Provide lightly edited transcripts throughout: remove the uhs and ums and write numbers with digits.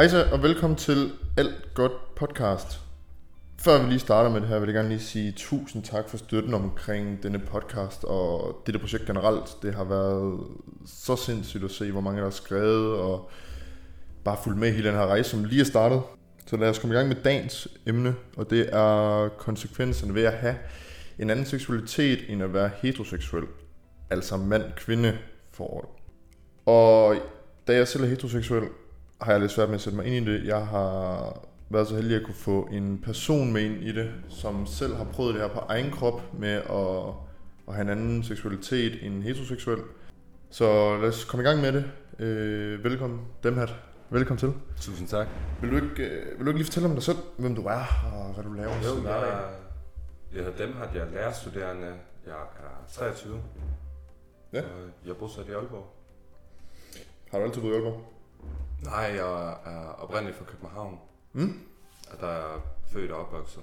Hej og velkommen til Alt Godt Podcast. Før vi lige starter med det her, vil jeg gerne lige sige tusind tak for støtten omkring denne podcast og dette projekt generelt. Det har været så sindssygt at se, hvor mange der har skrevet og bare fulgt med i hele den her rejse, som lige er startet. Så lad os komme i gang med dagens emne, og det er konsekvenserne ved at have en anden seksualitet end at være heteroseksuel. Altså mand-kvinde forhold. Og da jeg selv er heteroseksuel, har jeg lidt svært med at sætte mig ind i det. Jeg har været så heldig at kunne få en person med ind i det, som selv har prøvet det her på egen krop med at have en anden seksualitet end heteroseksuel. Så lad os komme i gang med det. Velkommen, Demhat. Velkommen til. Tusind tak. Vil du ikke lige fortælle om dig selv, hvem du er og hvad du laver? Jo, jeg hedder Demhat, jeg er lærerstuderende. Jeg er 23. Ja. Og jeg bor så i Aalborg. Har du altid boet i Aalborg? Nej, jeg er oprindelig fra København. Og der er jeg født og opvokset.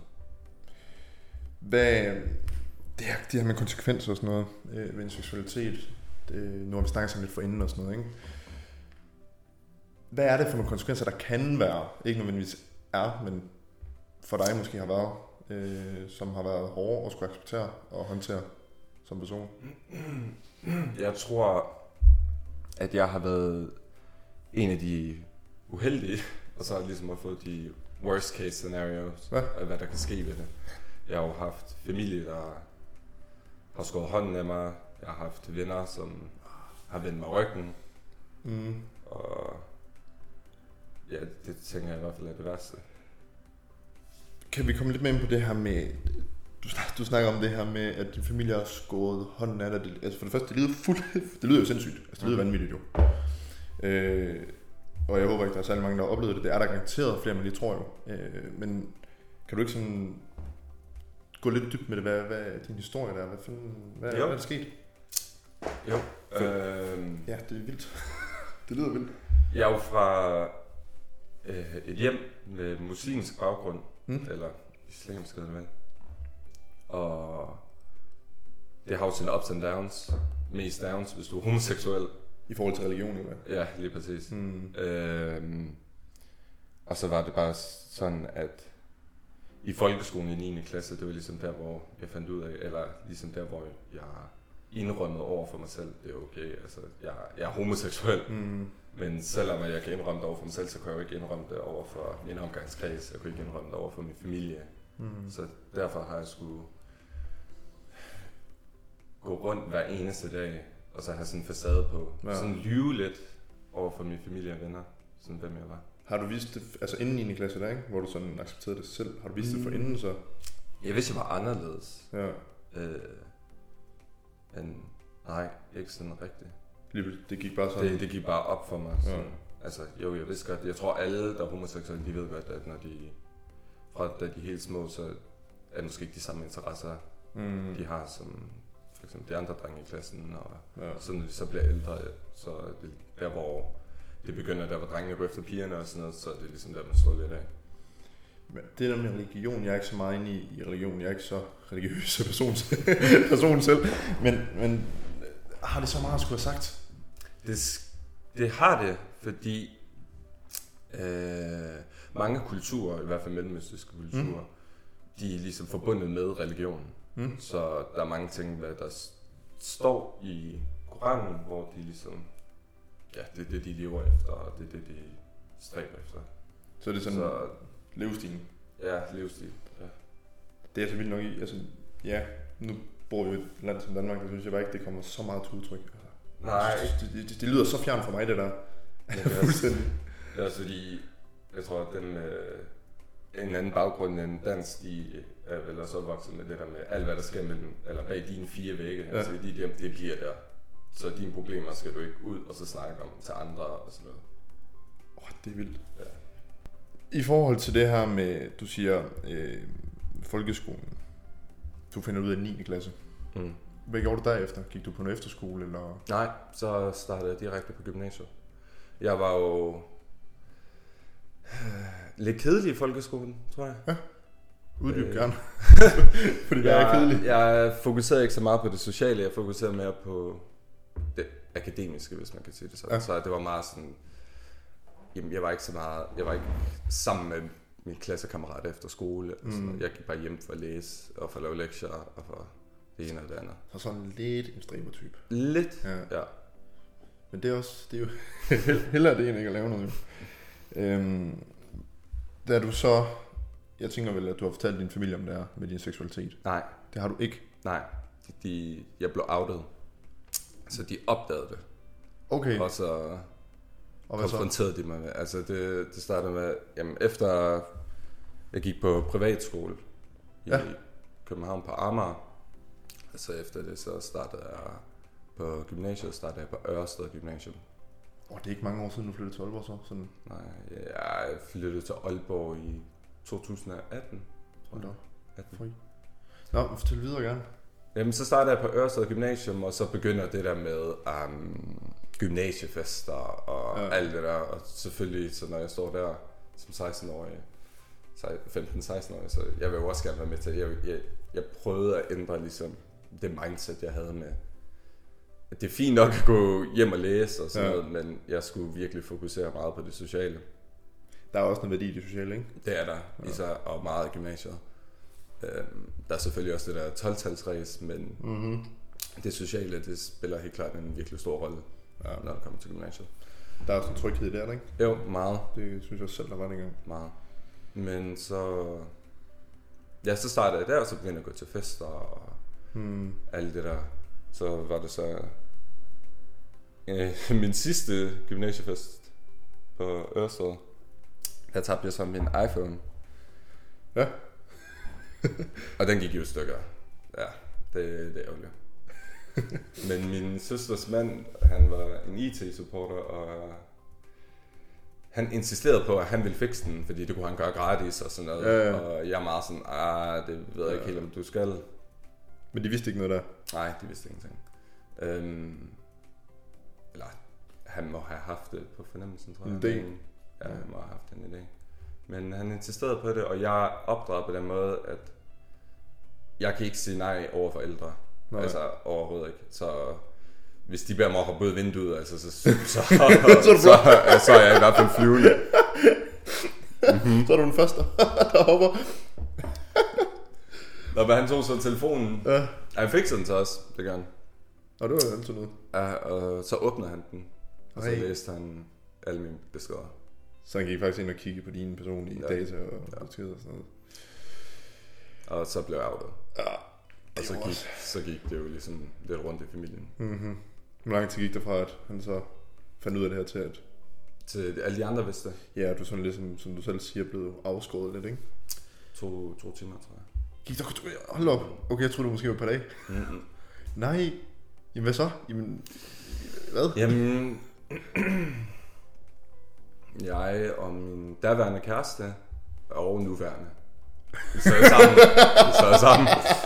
Hvad det her med konsekvenser og sådan noget ved en seksualitet, nu har vi snakket sådan lidt forinden og sådan noget, ikke? Hvad er det for nogle konsekvenser, der kan være, ikke nødvendigvis er, men for dig måske har været, som har været hårde at skulle acceptere og håndtere som person? Jeg tror, at jeg har været en af de uheldige, og så har jeg ligesom fået de worst case scenarios, hvad der kan ske ved det. Jeg har jo haft familie, der har skåret hånden af mig. Jeg har haft venner, som har vendt mig ryggen. Og ja, det tænker jeg i hvert fald er det værste. Kan vi komme lidt mere ind på det her med, du snakker om det her med, at din familie har skåret hånden af dig. Altså for det første, det lyder jo sindssygt. Altså det lyder vanvittigt jo. Og jeg håber ikke, der er særlig mange, der har oplevet det. Det er der garanteret flere, man lige tror jo. Men kan du ikke sådan gå lidt dybt med det? Hvad er din historie der? Hvad er der sket? Jo. Ja, det er vildt. Det lyder vildt. Jeg er jo fra et hjem med muslimsk baggrund. Eller islamsk eller hvad. Og det har jo sine ups and downs. Mest downs, hvis du er homoseksuel. I forhold til religion, eller hvad? Ja, lige præcis. Og så var det bare sådan, at i folkeskolen i 9. klasse, det var ligesom der, hvor jeg fandt ud af, eller ligesom der, hvor jeg indrømmede over for mig selv, det er okay, altså jeg er homoseksuel, men selvom jeg kan indrømme det over for mig selv, så kan jeg jo ikke indrømme det over for min omgangskreds, jeg kan ikke indrømme det over for min familie. Så derfor har jeg skulle gå rundt hver eneste dag, og så have sådan en facade på. Ja. Sådan lyve lidt over for min familie og venner, sådan hvem jeg var. Har du vist det, altså inden 9. klasse der, ikke? Hvor du sådan accepterede det selv? Har du vist det for inden så? Jeg vidste, jeg var anderledes. Ja. Men nej, ikke sådan rigtigt. Det gik bare sådan? Det gik bare op for mig. Ja. Sådan. Altså, jo, jeg vidste godt. Jeg tror alle, der er homoseksuelle, de ved godt, at når da de er helt små, så er det måske ikke de samme interesser, de har som for eksempel de andre drenge i klassen, og så når de så bliver ældre, så det der, hvor det begynder, der hvor drengene går efter pigerne og sådan noget, så er det ligesom der, man står lidt af. Men det der med religion, jeg er ikke så meget inde i religion, jeg er ikke så religiøs person selv, men har det så meget at skulle have sagt? Det har det, fordi mange kulturer, i hvert fald mellemøstlige kulturer, de er ligesom forbundet med religionen. Så der er mange ting, der står i Koranen, hvor de ligesom, ja, det er det, de lever efter, og det er det, de stræber efter. Så er det sådan levestilen? Ja, livsstil, ja. Det er så vildt nok i, altså, ja, nu bor jeg i et land som Danmark, og synes jeg bare ikke, det kommer så meget til udtryk. Altså, nej. Det lyder så fjern for mig, det der. Ja, fuldstændig. Det er også fordi, jeg tror, at en anden baggrund end dansk, de er vel også opvokset med det der med alt, hvad der sker mellem, eller bag dine 4 vægge. Ja. Altså de hjem, det bliver der. Så dine problemer skal du ikke ud og så snakke om til andre og sådan noget. Det er vildt. Ja. I forhold til det her med, du siger, folkeskolen. Du finder ud af 9. klasse. Hvad gjorde du derefter? Gik du på en efterskole, eller? Nej, så startede jeg direkte på gymnasiet. Jeg var jo lidt kedelig i folkeskolen, tror jeg. Ja. Uddyb gerne. Fordi jeg er kedelig. Jeg fokuserede ikke så meget på det sociale, jeg fokuserede mere på det akademiske, hvis man kan sige det sådan. Ja. Så det var meget sådan Jamen, jeg var ikke sammen med min klassekammerat efter skole. Altså, jeg gik bare hjem for at læse, og for at lave lektier, og for det ene og det andet. Så sådan lidt en strebertype. Lidt, ja. Men det er jo hellere det end ikke at lave noget. Da du så, jeg tænker vel, at du har fortalt din familie om det her med din seksualitet. Nej. Det har du ikke? Nej, jeg blev outet. Så de opdagede det. Okay. Og så konfronterede de mig med. Altså det startede med, jamen efter jeg gik på privatskole i København på Amager. Altså efter det så startede jeg på gymnasiet, på Ørsted Gymnasium. Det er ikke mange år siden du flyttede til Aalborg så? Sådan. Nej, jeg flyttede til Aalborg i 2018. Hold da. Nå, fortæl videre gerne. Jamen så startede jeg på Ørsted Gymnasium, og så begynder det der med gymnasiefester og alt det der. Og selvfølgelig, så når jeg står der som 16-årig, 15-16-årig, så jeg vil jo også gerne være med til. Jeg prøvede at ændre ligesom det mindset, jeg havde med. Det er fint nok at gå hjem og læse og sådan noget, men jeg skulle virkelig fokusere meget på det sociale. Der er også noget værdi i det sociale, ikke? Det er der, især og meget i gymnasiet. Der er selvfølgelig også det der 12-talsræs, men det sociale, det spiller helt klart en virkelig stor rolle, når det kommer til gymnasiet. Der er også en tryghed der, ikke? Jo, meget. Det synes jeg selv, der var en gang. Meget. Men så startede jeg der, og så begyndte jeg at gå til fester og alt det der. Så var det så min sidste gymnasiefest på Ørsted. Der tabte jeg så min iPhone. Ja. Og den gik jo i stykker. Ja, det er ærgerligt. Men min søsters mand, han var en IT-supporter, og han insisterede på, at han ville fikse den, fordi det kunne han gøre gratis og sådan noget. Ja. Og jeg er meget sådan, det ved jeg ikke helt, om du skal. Men de vidste ikke noget der? Nej, de vidste ingenting. Eller han må have haft det på fornemmelsen, tror jeg. En idé? Ja, han må have haft en idé. Men han insisterede på det, og jeg opdraget på den måde, at jeg kan ikke sige nej over for ældre. Nej. Altså overhovedet ikke. Så hvis de beder mig at hoppe ud af vinduet, altså, så er jeg i hvert fald flyvende. Så er du den første, der hopper. Nå, men han tog så telefonen. Ja. Han fikser den så også, det gør han. Og det var altid noget. Ja, og så åbner han den. Og så læste han alle mine beskeder. Så han gik faktisk ind og kigge på dine personlige data og beskeder og sådan noget. Og så blev jeg outet. Ja. Og så gik det jo ligesom lidt rundt i familien. Mm-hmm. Hvor lang tid gik der fra, at han så fandt ud af det her til at... Til alle de andre vidste? Ja, du sådan ligesom, som du selv siger, blevet afskåret lidt, ikke? 2 timer, tror jeg. Gik der... Hold op. Okay, jeg troede, du måske var et par dage. Mm-hmm. Nej. Jamen, hvad så? Jamen, hvad? Jamen... jeg og min daværende kæreste og nuværende. Vi sad sammen.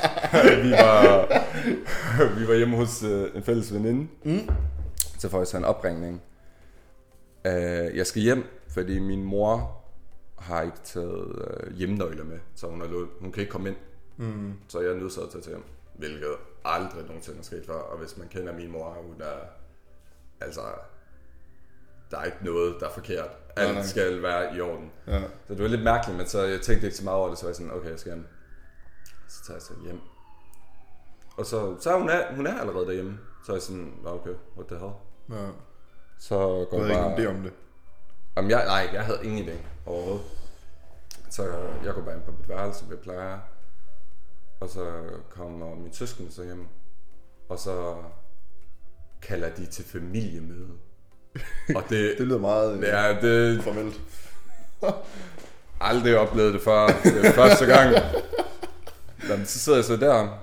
Vi var hjemme hos en fælles veninde. Så får jeg så en opringning. Jeg skal hjem, fordi min mor har ikke taget hjemnøgler med, så hun kan ikke komme ind. Så jeg er nødt til at tage hjem, hvilket aldrig nogensinde er sket før. Og hvis man kender min mor, hun er altså... Der er ikke noget, der er forkert. Alt skal være i orden. Ja. Så det var lidt mærkeligt, men så jeg tænkte ikke så meget over det, så var jeg sådan, okay, jeg skal hjem. Så tager jeg så hjem. Og så hun er allerede derhjemme. Så er jeg sådan, okay, what the hell? Ja. Så går jeg bare... ikke om det? Jamen, jeg havde ingen idé overhovedet. Så jeg går bare ind på mit værelse, som jeg plejer. Og så kommer min søskende så hjem. Og så kalder de til familiemøde. Og det lyder meget formelt. Aldrig oplevet det før. Det er første gang. Jamen, så sidder jeg så der.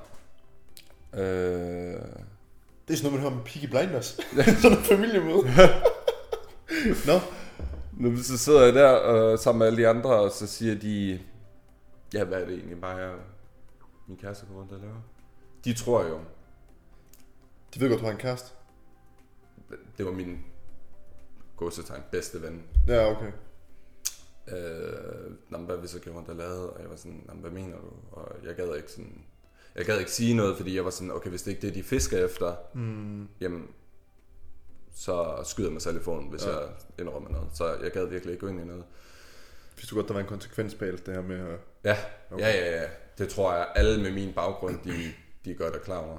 Det er sådan noget, man hører med Peaky Blinders. Sådan en familiemøde. Nå. Nu så sidder jeg der sammen med alle de andre, og så siger de, ja, hvad er det egentlig bare min kæreste går rundt og laver? De tror jo. De ved godt, du har en kæreste. Det var min gåsetegn bedste ven. Ja, okay. Hvad vi så gjorde rundt og lavede, og jeg var sådan, hvad mener du? Og jeg gad ikke sige noget, fordi jeg var sådan, okay, hvis det ikke er det, de fisker efter, jamen, så skyder jeg mig selv i foden, hvis jeg indrømmer noget. Så jeg gad virkelig ikke gå ind i noget. Hvis du godt, der var en konsekvens bag det her med at... Ja, okay. ja. Det tror jeg, alle med min baggrund, de godt er klar over.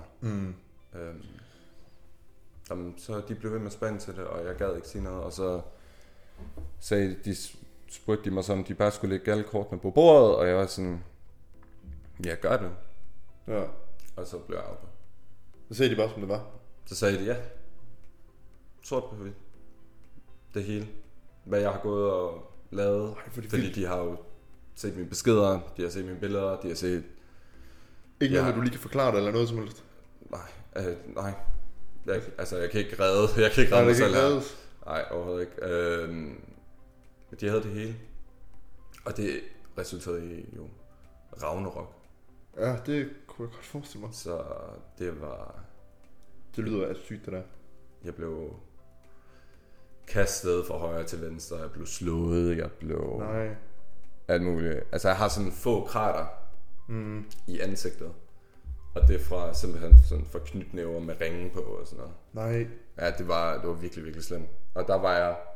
Så de blev ved med at spænde til det, og jeg gad ikke sige noget. Og så spurgte de mig, om de bare skulle lægge alle kortene på bordet, og jeg var sådan, ja, gør det. Ja. Og så blev jeg afbrudt. Så sagde de bare, som det var? Så sagde de, ja, sort på hvidt. Det hele. Hvad jeg har gået og lavet. Fordi de har jo set mine beskeder, de har set mine billeder, de har set... Ikke noget, du lige kan forklare det, eller noget som helst? Nej. Jeg kan ikke redde mig selv her. Nej, overhovedet ikke. De havde det hele. Og det resulterede i jo Ragnarok. Ja, det kunne jeg godt forestille mig. Så det var... Det lyder altså sygt, det der. Jeg blev kastet fra højre til venstre, jeg blev slået, jeg blev... Nej. Alt muligt. Altså jeg har sådan få krater i ansigtet. Og det er fra simpelthen sådan for knytnæver med ringen på og sådan noget. Nej. Ja, det var virkelig, virkelig slemt. Og der var jeg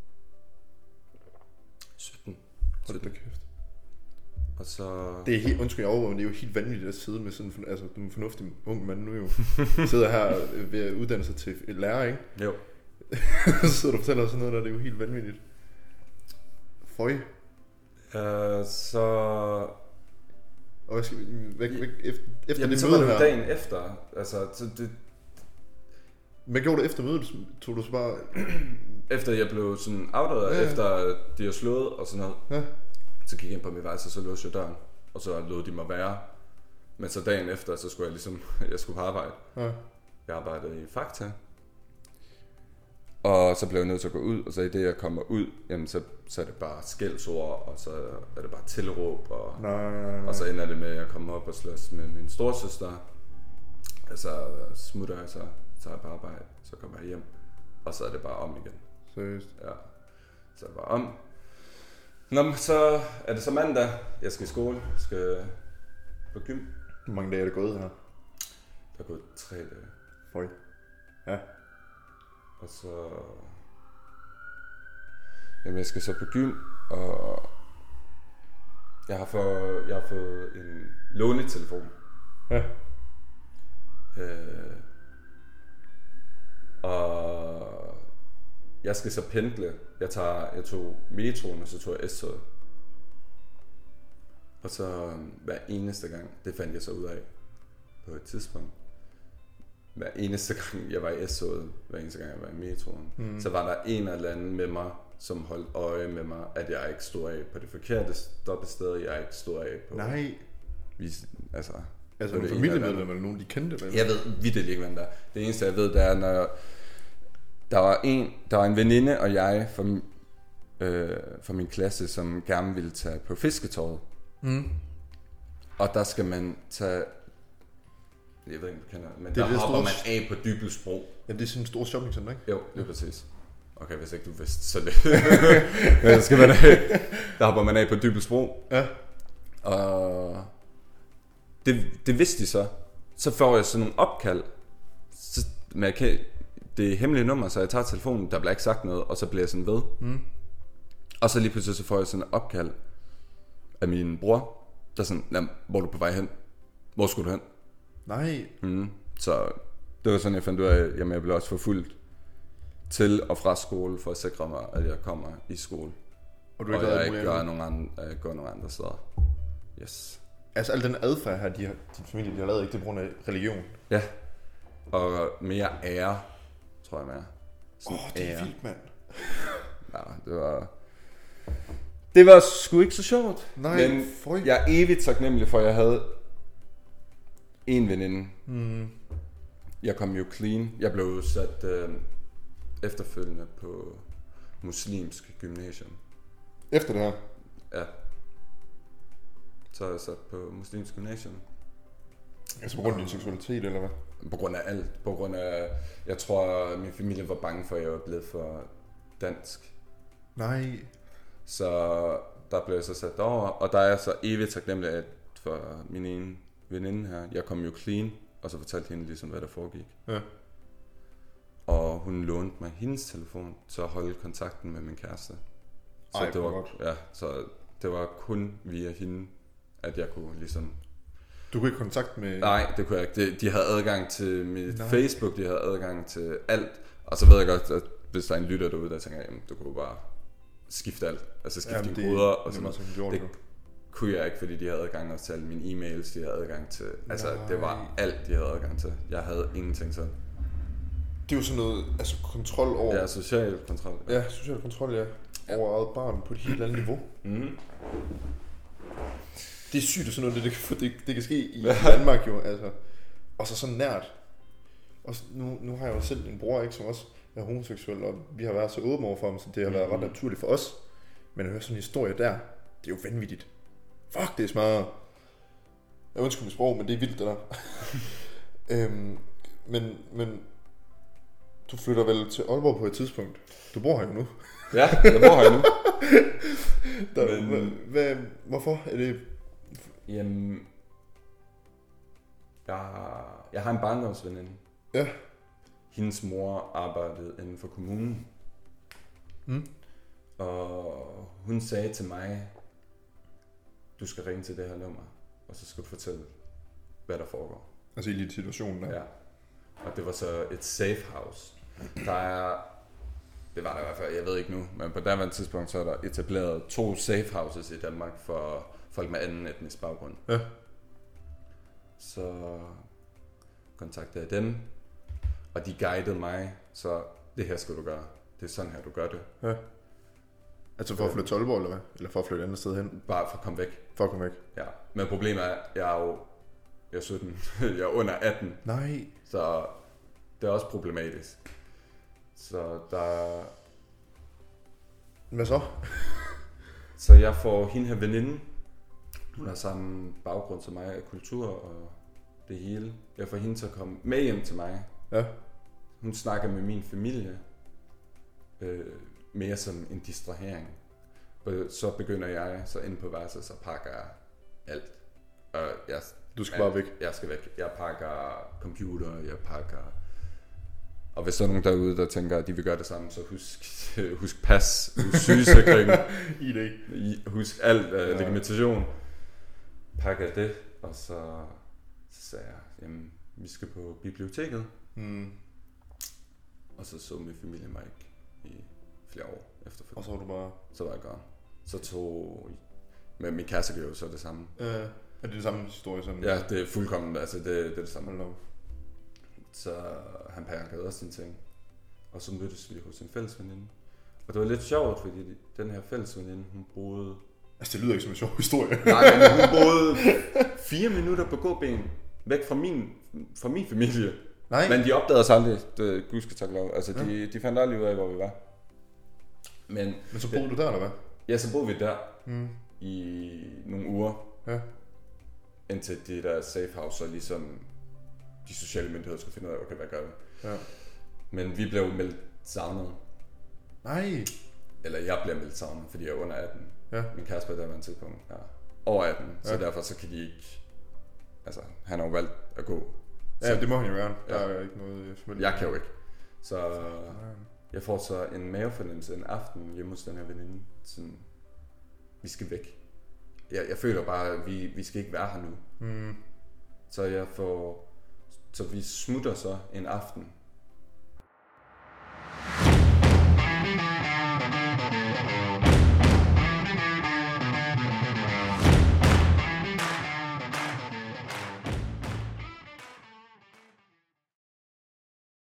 17. Hold da kæft. Og så... Det er helt, undskyld jeg overvåger, men det er jo helt vanvittigt at sidde med sådan en fornuftig ung mand nu jo. Sidder her ved at uddanne sig til et lærer, ikke? Jo. Så sidder du og fortæller sådan noget der, det er jo helt vanvittigt. Føj. Så... Og hvad skal vi... Efter jamen, det så møde var det her... dagen efter. Altså, så det... Hvad gjorde du efter mødet? Tog du så bare... Efter jeg blev sådan outet, efter de har slået og sådan noget, så gik jeg ind på min værelse, og så låste jeg døren, og så lod de mig være. Men så dagen efter, så skulle jeg skulle på arbejde. Jeg arbejdede i Fakta. Og så blev jeg nødt til at gå ud, og så i det jeg kommer ud, jamen så er det bare skældsord, og så er det bare tilråb, og, og så ender det med, at jeg kommer op og slås med min storesøster. Altså smutter jeg, så tager jeg på arbejde, så kommer jeg hjem, og så er det bare om igen. Seriøst? Ja, så er det bare om. Nå, så er det så mandag, jeg skal i skole, jeg skal på gym. Hvor mange dage er det gået her? Der er gået 3 dage. Føj. Ja. Og så... Jamen, jeg skal så på gym, og jeg har fået en lånetelefon. Ja. Og jeg skal så pendle. Jeg tog metroen, og så tog jeg S-toget. Og så hver eneste gang, det fandt jeg så ud af på et tidspunkt, hver eneste gang jeg var i S-toget, hver eneste gang jeg var i metroen, så var der en eller anden med mig, som holdt øje med mig, at jeg ikke stod af på det forkerte stoppested, jeg ikke stod af på... Nej. Altså nogle familiemedlemmer eller nogen, de kendte? Jeg ved vitterligt ikke, hvem der er. Det eneste, jeg ved, det er, når der var en veninde og jeg fra min klasse, som gerne ville tage på fisketorvet. Og der skal man tage... Jeg ved ikke, om du kender, men der hopper man af på Dybelsbro. Ja, det er sådan en stor shoppingcenter, ikke? Jo, det er præcis. Okay, hvis ikke du vidste, så det... Men skal man der hopper man af på Dybelsbro. Ja. Og det vidste de så. Så får jeg sådan nogle opkald. Men det er hemmelige nummer, så jeg tager telefonen, der bliver ikke sagt noget, og så bliver jeg sådan ved. Og så lige pludselig så får jeg sådan et opkald af min bror, der er sådan, hvor er du på vej hen? Hvor skulle du hen? Nej. Så det var sådan, jeg fandt ud af, jamen jeg blev også forfulgt til og fra skole, for at sikre mig, at jeg kommer i skole. Og jeg ikke går nogen andre steder. Yes. Altså al den adfærd her, din familie de har lavet, ikke det på grund af religion? Ja. Og mere ære, tror jeg mere. Det er vildt, mand. Ja, det var sgu ikke så sjovt. Nej, men jeg er evigt taknemmelig for, at jeg havde en veninde. Jeg kom jo clean. Jeg blev sat efterfølgende på muslimsk gymnasium. Efter det her? Ja. Så er jeg sat på muslimsk gymnasium. Altså på grund af din seksualitet, eller hvad? På grund af alt. På grund af, jeg tror, min familie var bange for, at jeg var blevet for dansk. Nej. Så der blev jeg så sat over, og der er jeg så evigt taknemmelig for min ene veninde her. Jeg kom jo clean, og så fortalte hende ligesom, hvad der foregik. Ja. Og hun lånte mig hendes telefon til at holde kontakten med min kæreste. Så Ej, det var, så det var kun via hende, at jeg kunne ligesom... Du kunne ikke kontakt med... Nej, det kunne jeg ikke. De havde adgang til mit Facebook, de havde adgang til alt. Og så ved jeg godt, at hvis der er en lytter derude, der tænker, jamen, du kunne bare skifte alt. Altså skifte dine koder og sådan noget. Det kunne jeg ikke, fordi de havde adgang også til alle mine e-mails, de havde adgang til... Altså, det var alt, de havde adgang til. Jeg havde ingenting sådan. Det er jo sådan noget, altså kontrol over... Ja, social kontrol. Ja, social kontrol, ja. Over eget barn på et helt andet niveau. Det er sygt, sådan noget, det kan ske i Danmark jo, altså. Og så sådan nært. Og nu har jeg jo selv en bror, ikke, som også er homoseksuel, og vi har været så åbne over for ham, så det har været ret naturligt for os. Men at høre sådan en historie der, det er jo vanvittigt. Fuck, det er smadret. Jeg ønsker mit sprog, men det er vildt, det der. Men du flytter vel til Aalborg på et tidspunkt. Du bor her jo nu. Ja, jeg bor her nu. Hvorfor er det... Jamen, jeg har en barndomsveninde. Ja. Hendes mor arbejdede inden for kommunen. Og hun sagde til mig, du skal ringe til det her nummer, og så skal du fortælle, hvad der foregår. Altså i lidt situationen der. Ja. Og det var så et safe house. Det var der i hvert fald, jeg ved ikke nu, men på daværende tidspunkt, så er der etableret 2 safe houses i Danmark for folk med anden etnisk baggrund. Ja. Så kontaktede jeg dem, og de guidede mig, så det her skal du gøre. Det er sådan her, du gør det. Ja. Altså for at flytte til Aalborg, eller hvad? Eller for at flytte et andet sted hen? Bare for at komme væk. For at komme væk? Ja, men problemet er, jeg er 17, jeg er under 18. Nej. Så det er også problematisk. Så der... Hvad så? Så jeg får hende her veninde. Hun har samme baggrund som mig af kultur og det hele. Jeg får hende til at komme med hjem til mig. Ja. Hun snakker med min familie. Mere som en distrahering. Så begynder jeg så inde på værelset, så pakker jeg alt. Du skal bare væk? Jeg skal væk. Jeg pakker computer, jeg pakker... Og hvis der er nogen derude, der tænker, at de vil gøre det samme, så husk pas, husk sygesikring, husk alt, legitimation. Pakker det, og så sagde jeg, jamen, vi skal på biblioteket. Og så min familie mig ikke i flere år efterfølgende. Og så var du bare... Så var jeg gone. Så tog... Men min kæreste gjorde så det samme. Er det samme historie? Sådan? Ja, det er fuldkommen, altså det er det samme. Så han pakkede også sine ting. Og så mødtes vi hos en fælles veninde. Og det var lidt sjovt, fordi den her fælles veninde, hun boede... Altså det lyder ikke som en sjov historie. Nej, men hun boede 4 minutter på gåben væk fra min familie. Nej. Men de opdagede os aldrig, Gud skal takke lov. Altså de fandt aldrig ud af, hvor vi var. Men så boede du der, eller hvad? Ja, så boede vi der i nogle uger. Ja. Indtil de der safe house, og ligesom de sociale myndigheder skulle finde ud af, okay, hvad gør vi? Ja. Men vi blev meldt savnet. Nej. Eller jeg blev meldt savnet, fordi jeg er under 18. Ja. Min kæreste på det tidspunkt er over 18, så derfor så kan de ikke... Altså, han har jo valgt at gå. Ja, det må han jo gøre. Der er ikke noget... Jeg kan jo ikke. Så jeg får så en mavefornemmelse en aften hjemme hos den her veninde. Sådan, vi skal væk. Jeg føler bare, at vi skal ikke være her nu. Så vi smutter så en aften